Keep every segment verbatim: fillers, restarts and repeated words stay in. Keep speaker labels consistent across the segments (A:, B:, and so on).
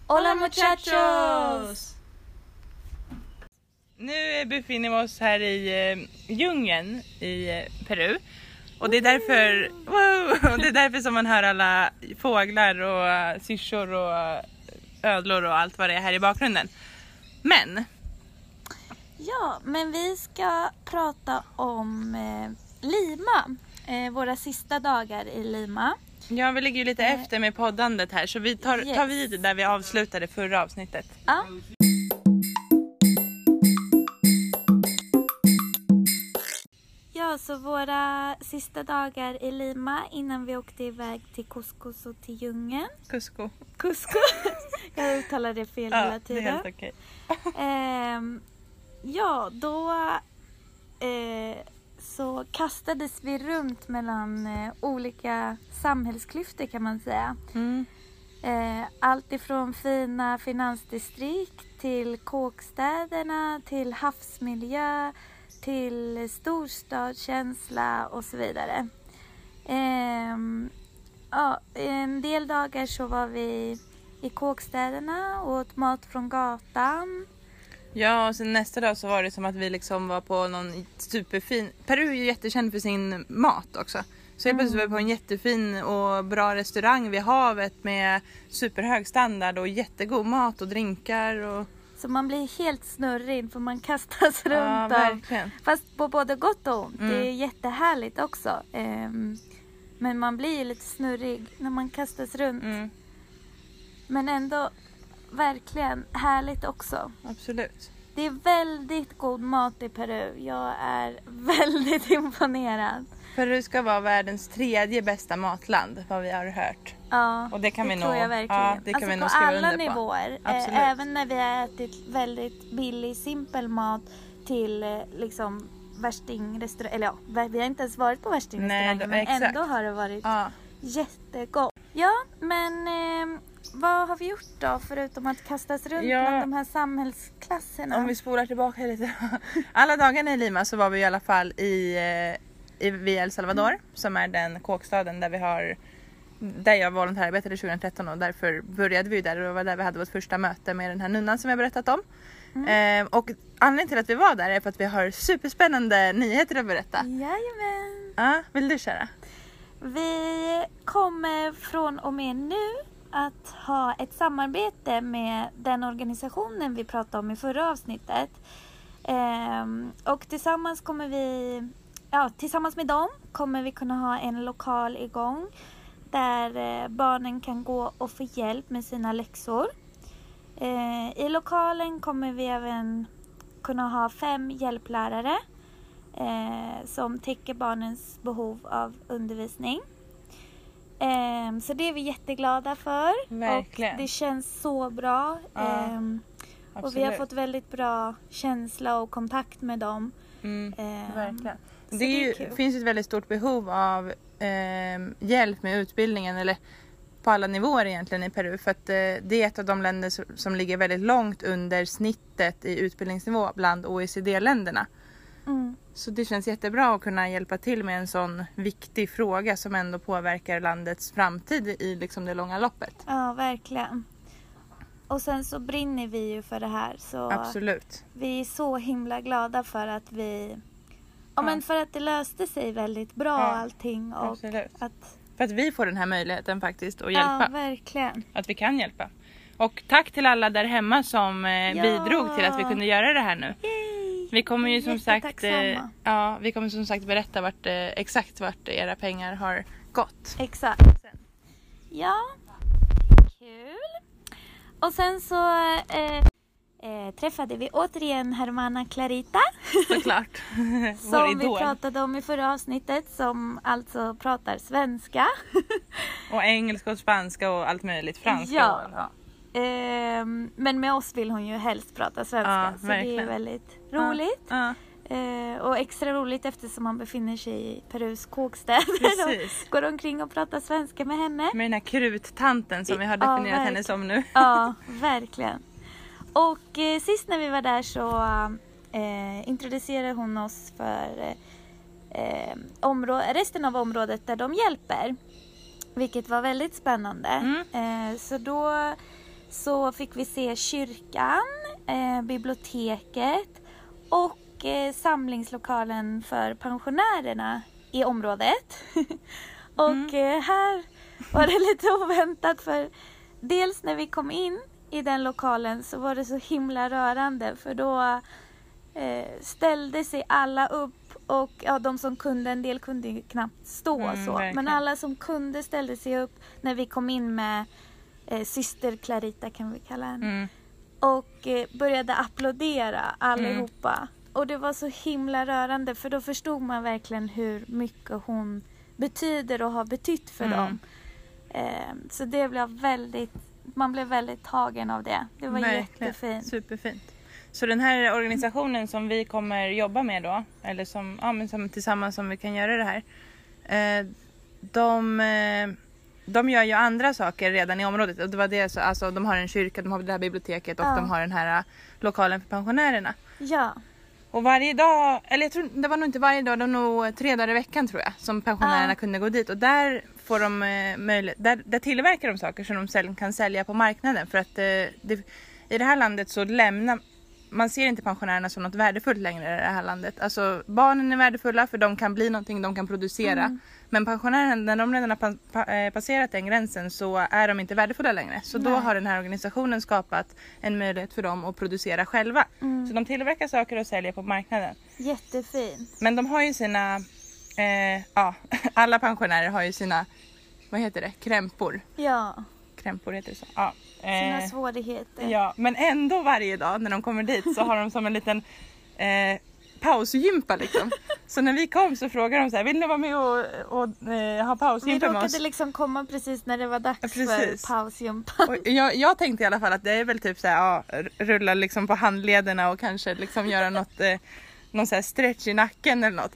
A: Hola muchachos!
B: Nu befinner vi oss här i eh, djungeln i eh, Peru. Och det är därför wow, och det är därför som man hör alla fåglar och uh, syrsor och uh, ödlor och allt vad det är här i bakgrunden. Men
A: Ja, men vi ska prata om eh, Lima. Eh, våra sista dagar i Lima.
B: ja, vi ligger ju lite eh. efter med poddandet här, så vi tar, yes. tar vid där vi avslutade förra avsnittet.
A: Ja. Ja, så våra sista dagar i Lima innan vi åkte iväg till Cusco och till djungeln.
B: Cusco.
A: Cusco. Jag uttalar det fel hela tiden.
B: Ja, det är helt okej.
A: eh, ja, då eh, så kastades vi runt mellan eh, olika samhällsklyftor kan man säga.
B: Mm.
A: Eh, allt ifrån fina finansdistrikt till kåkstäderna, till havsmiljö, till storstadskänsla och så vidare. Eh, ja, en del dagar så var vi i kåkstäderna och åt mat från gatan.
B: Ja, och sen nästa dag så var det som att vi liksom var på någon superfin... Peru är ju jättekänd för sin mat också. Så jag plötsligt var på en jättefin och bra restaurang vid havet med superhög standard och jättegod mat och drinkar. Och...
A: Så man blir helt snurrig för man kastas
B: ja,
A: runt.
B: verkligen.
A: Fast på både gott och ont.
B: Mm.
A: Det är jättehärligt också. Um, men man blir ju lite snurrig när man kastas runt.
B: Mm.
A: Men ändå verkligen härligt också.
B: Absolut.
A: Det är väldigt god mat i Peru. Jag är väldigt imponerad.
B: Peru ska vara världens tredje bästa matland, vad vi har hört.
A: Ja,
B: och det kan
A: det
B: vi
A: tror
B: nog,
A: jag verkligen.
B: Ja, det kan
A: alltså
B: vi
A: på
B: nog skriva
A: alla
B: under på.
A: nivåer.
B: Absolut.
A: Eh, även när vi har ätit väldigt billig, simpel mat till eh, liksom värstingrestaurang. Eller ja, vi har inte ens varit på värstingrestauranger, men
B: exakt.
A: ändå har det varit
B: ja.
A: jättegott. Ja, men eh, vad har vi gjort då förutom att kastas runt
B: ja.
A: bland de här samhällsklasserna?
B: Om vi spolar tillbaka lite. Alla dagarna i Lima så var vi i alla fall i, i vid El Salvador, mm. som är den kåkstaden där vi har där jag volontärarbetade tjugohundratretton och därför började vi där och det var där vi hade vårt första möte med den här nunnan som jag berättat om. Mm. Eh, och anledningen till att vi var där är för att vi har superspännande nyheter att berätta.
A: Jajamän.
B: Ja, vill du köra?
A: Vi kommer från och med nu att ha ett samarbete med den organisationen vi pratade om i förra avsnittet. Ehm, och tillsammans kommer vi, ja, tillsammans med dem kommer vi kunna ha en lokal igång där eh, barnen kan gå och få hjälp med sina läxor. Ehm, I lokalen kommer vi även kunna ha fem hjälplärare eh, som täcker barnens behov av undervisning. Um, så det är vi jätteglada för.
B: Verkligen.
A: Och det känns så bra.
B: Ja,
A: um, och vi har fått väldigt bra känsla och kontakt med dem.
B: Mm, um, verkligen. Det,
A: det
B: är ju, finns ett väldigt stort behov av um, hjälp med utbildningen eller på alla nivåer egentligen i Peru. För att uh, det är ett av de länder som, som ligger väldigt långt under snittet i utbildningsnivå bland O E C D-länderna.
A: Mm.
B: Så det känns jättebra att kunna hjälpa till med en sån viktig fråga som ändå påverkar landets framtid i liksom det långa loppet.
A: Ja, verkligen. Och sen så brinner vi ju för det här. Så
B: absolut.
A: Vi är så himla glada för att vi... Ja,
B: ja.
A: men för att det löste sig väldigt bra
B: ja,
A: allting. Och
B: absolut.
A: Att...
B: För att vi får den här möjligheten faktiskt att hjälpa.
A: Ja, verkligen.
B: Att vi kan hjälpa. Och tack till alla där hemma som
A: ja.
B: bidrog till att vi kunde göra det här nu.
A: Yay.
B: Vi kommer ju som sagt eh, ja, vi kommer som sagt berätta vart, eh, exakt vart era pengar har gått.
A: Exakt. Ja, kul. Och sen så eh, eh, träffade vi återigen Hermana Clarita.
B: Såklart.
A: Som vi pratade om i förra avsnittet, som alltså pratar svenska.
B: Och engelska och spanska och allt möjligt. Franska.
A: Ja.
B: Och, ja.
A: Eh, men med oss vill hon ju helst prata svenska.
B: Ja,
A: så
B: verkligen.
A: det är väldigt roligt.
B: Ja,
A: ja. Eh, och extra roligt eftersom man befinner sig i Perus kåkstäder.
B: Precis.
A: Och går omkring och pratar svenska med henne.
B: Med den här kruttanten som vi har definierat
A: ja,
B: henne som nu.
A: Ja, verkligen. Och eh, sist när vi var där så eh, introducerade hon oss för eh, områ- resten av området där de hjälper. Vilket var väldigt spännande.
B: Mm.
A: Eh, så då så fick vi se kyrkan, eh, biblioteket och eh, samlingslokalen för pensionärerna i området. och mm. eh, här var det lite oväntat, för dels när vi kom in i den lokalen så var det så himla rörande, för då eh, ställde sig alla upp. Och ja, de som kunde, en del kunde ju knappt stå mm, så. Verkligen. Men alla som kunde ställde sig upp när vi kom in med eh, syster Clarita, kan vi kalla henne. Mm. Och eh, började applådera allihopa. Mm. Och det var så himla rörande, för då förstod man verkligen hur mycket hon betyder och har betytt för mm. dem. Eh, så det blev väldigt, man blev väldigt tagen av det. Det var verkligen jättefint.
B: Superfint. Så den här organisationen som vi kommer jobba med då, eller som, ja, men som tillsammans som vi kan göra det här, eh, de, eh, de gör ju andra saker redan i området. Och det var det, så, alltså, de har en kyrka, de har det här biblioteket och ja. de har den här uh, lokalen för pensionärerna.
A: Ja.
B: Och varje dag, eller jag tror, det var nog inte varje dag, det var nog tre dagar i veckan tror jag, som pensionärerna ja. kunde gå dit. Och där får de eh, möjlighet, där, där tillverkar de saker som de sen kan sälja på marknaden. För att eh, det, i det här landet så lämnar man ser inte pensionärerna som något värdefullt längre i det här landet. Alltså barnen är värdefulla för de kan bli någonting, de kan producera. Mm. Men pensionärerna, när de redan har pa- pa- passerat den gränsen, så är de inte värdefulla längre. Så Nej. då har den här organisationen skapat en möjlighet för dem att producera själva. Mm. Så de tillverkar saker och säljer på marknaden.
A: Jättefint.
B: Men de har ju sina, eh, ja, alla pensionärer har ju sina, vad heter det, krämpor.
A: Ja.
B: Krämpor heter det så. Ja.
A: Sina eh, svårigheter.
B: Ja, men ändå varje dag när de kommer dit så har de som en liten eh, pausgympa liksom. Så när vi kom så frågade de så här, vill ni vara med och, och eh, ha pausgympa med oss?
A: Vi råkade liksom komma precis när det var dags ja, för pausgympa.
B: Och jag, jag tänkte i alla fall att det är väl typ så här, ja, rulla liksom på handlederna och kanske liksom göra något, eh, någon så här stretch i nacken eller något.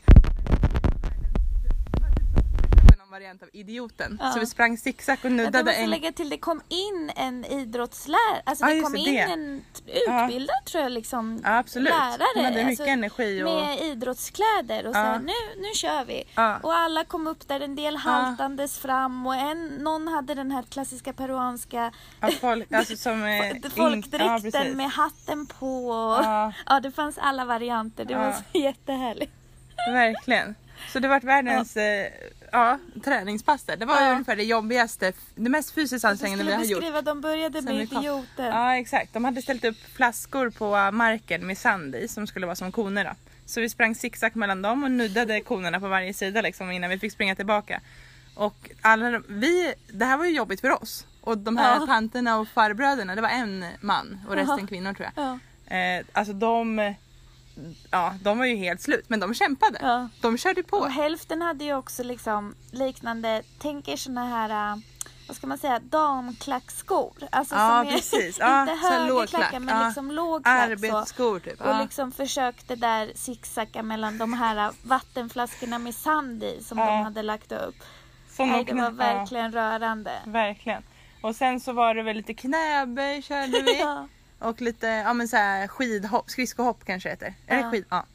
B: Variant av idioten. Ja. Så vi sprang zigzag och nuddade.
A: Jag måste en... lägga till, det kom in en idrottslärare. Alltså ja, det kom in det. en utbildad ja. tror jag liksom
B: ja, absolut.
A: lärare.
B: De hade mycket
A: alltså,
B: energi. Och...
A: Med idrottskläder. Och
B: ja.
A: så här, nu, nu kör vi.
B: Ja.
A: Och alla kom upp där, en del haltandes ja. fram. Och en, någon hade den här klassiska peruanska
B: ja, folk, alltså som är
A: folkdräkten ja, med hatten på. Ja. ja, det fanns alla varianter. Det ja. var så jättehärligt.
B: Verkligen. Så det var världens ja. Eh, ja, träningspass där. Det var ja. ungefär det jobbigaste, det mest fysiskt ansträngande vi har gjort.
A: Beskriva, de började med idioten.
B: Ja, exakt. De hade ställt upp flaskor på marken med sand i som skulle vara som koner då. Så vi sprang zigzag mellan dem och nuddade konerna på varje sida liksom, innan vi fick springa tillbaka. Och alla, vi, det här var ju jobbigt för oss. Och de här ja. tanterna och farbröderna, det var en man och resten ja. kvinnor tror jag. Ja. Eh, alltså de... Ja, de var ju helt slut, men de kämpade. Ja. De körde på.
A: Och hälften hade ju också liksom liknande, tänk er såna här, vad ska man säga, damklackskor. Alltså
B: ja,
A: som
B: precis.
A: är
B: ja,
A: inte höga klackar, men ja. liksom lågklack.
B: Arbetsskor typ.
A: Ja. Och liksom försökte där zigzacka mellan de här vattenflaskorna med sand i som ja. de hade lagt upp. Som Nej, det var verkligen ja. rörande.
B: Verkligen. Och sen så var det väl lite knäböj körde vi. ja. Och lite, ja men såhär skidhopp, skridskohopp kanske heter. Ja. Eller skid, ja.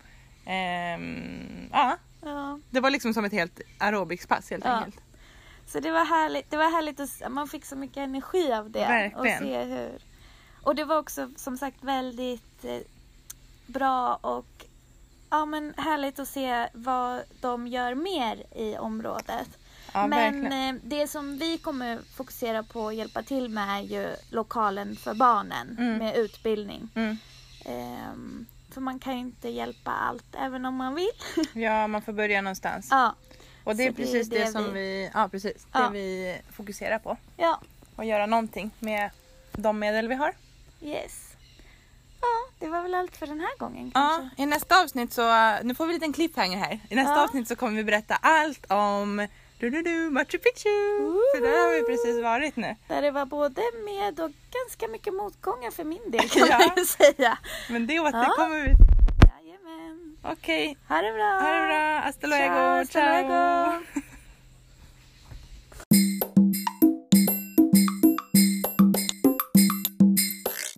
B: Ehm, ja. ja. Det var liksom som ett helt aerobicspass helt ja. enkelt.
A: Så det var härligt, det var härligt att man fick så mycket energi av det.
B: Verkligen.
A: Och se hur. Och det var också som sagt väldigt eh, bra och ja men härligt att se vad de gör mer i området.
B: Ja,
A: men eh, det som vi kommer fokusera på att hjälpa till med är ju lokalen för barnen mm. med utbildning. Mm. Ehm, för man kan ju inte hjälpa allt även om man vill.
B: Ja, man får börja någonstans.
A: Ja.
B: Och det är precis det, är det, det som vi, vi ja, precis, ja. det vi fokuserar på.
A: Ja.
B: Och göra någonting med de medel vi har.
A: Yes. Ja, det var väl allt för den här gången
B: kanske. Ja, i nästa avsnitt så, nu får vi en liten cliffhanger här. I nästa ja. avsnitt så kommer vi berätta allt om Du, du, du, Machu Picchu! Ooh. För där har vi precis varit nu.
A: Där det var både med och ganska mycket motgångar för min del kan ja. man ju säga.
B: Men det återkommer ja. kommer vi.
A: Jajamän.
B: Okej.
A: Okay. Ha det bra.
B: Ha det bra. Hasta luego. Ciao. Hasta luego.